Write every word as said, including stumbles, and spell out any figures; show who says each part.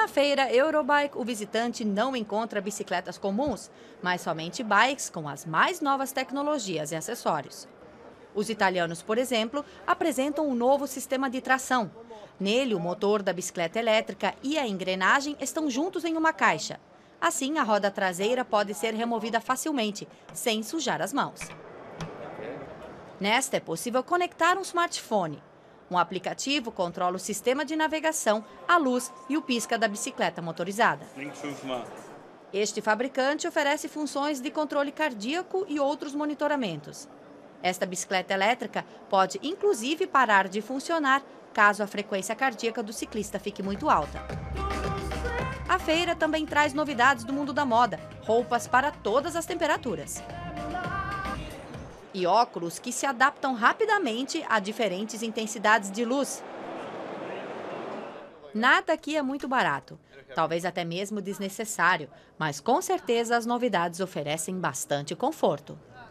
Speaker 1: Na feira Eurobike, o visitante não encontra bicicletas comuns, mas somente bikes com as mais novas tecnologias e acessórios. Os italianos, por exemplo, apresentam um novo sistema de tração. Nele, o motor da bicicleta elétrica e a engrenagem estão juntos em uma caixa. Assim, a roda traseira pode ser removida facilmente, sem sujar as mãos. Nesta é possível conectar um smartphone. Um aplicativo controla o sistema de navegação, a luz e o pisca da bicicleta motorizada. Este fabricante oferece funções de controle cardíaco e outros monitoramentos. Esta bicicleta elétrica pode, inclusive, parar de funcionar caso a frequência cardíaca do ciclista fique muito alta. A feira também traz novidades do mundo da moda, roupas para todas as temperaturas. E óculos que se adaptam rapidamente a diferentes intensidades de luz. Nada aqui é muito barato, talvez até mesmo desnecessário, mas com certeza as novidades oferecem bastante conforto.